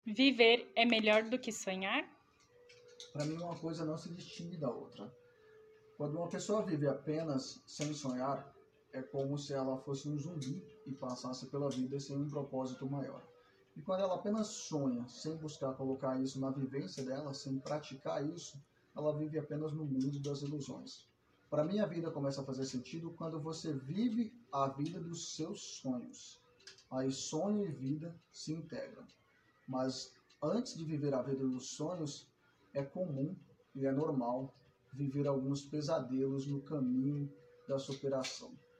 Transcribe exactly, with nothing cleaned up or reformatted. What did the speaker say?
Viver é melhor do que sonhar? Para mim, uma coisa não se distingue da outra. Quando uma pessoa vive apenas sem sonhar, é como se ela fosse um zumbi e passasse pela vida sem um propósito maior. E quando ela apenas sonha, sem buscar colocar isso na vivência dela, sem praticar isso, ela vive apenas no mundo das ilusões. Para mim, a vida começa a fazer sentido quando você vive a vida dos seus sonhos. Aí sonho e vida se integram. Mas antes de viver a vida dos sonhos, é comum e é normal viver alguns pesadelos no caminho da superação.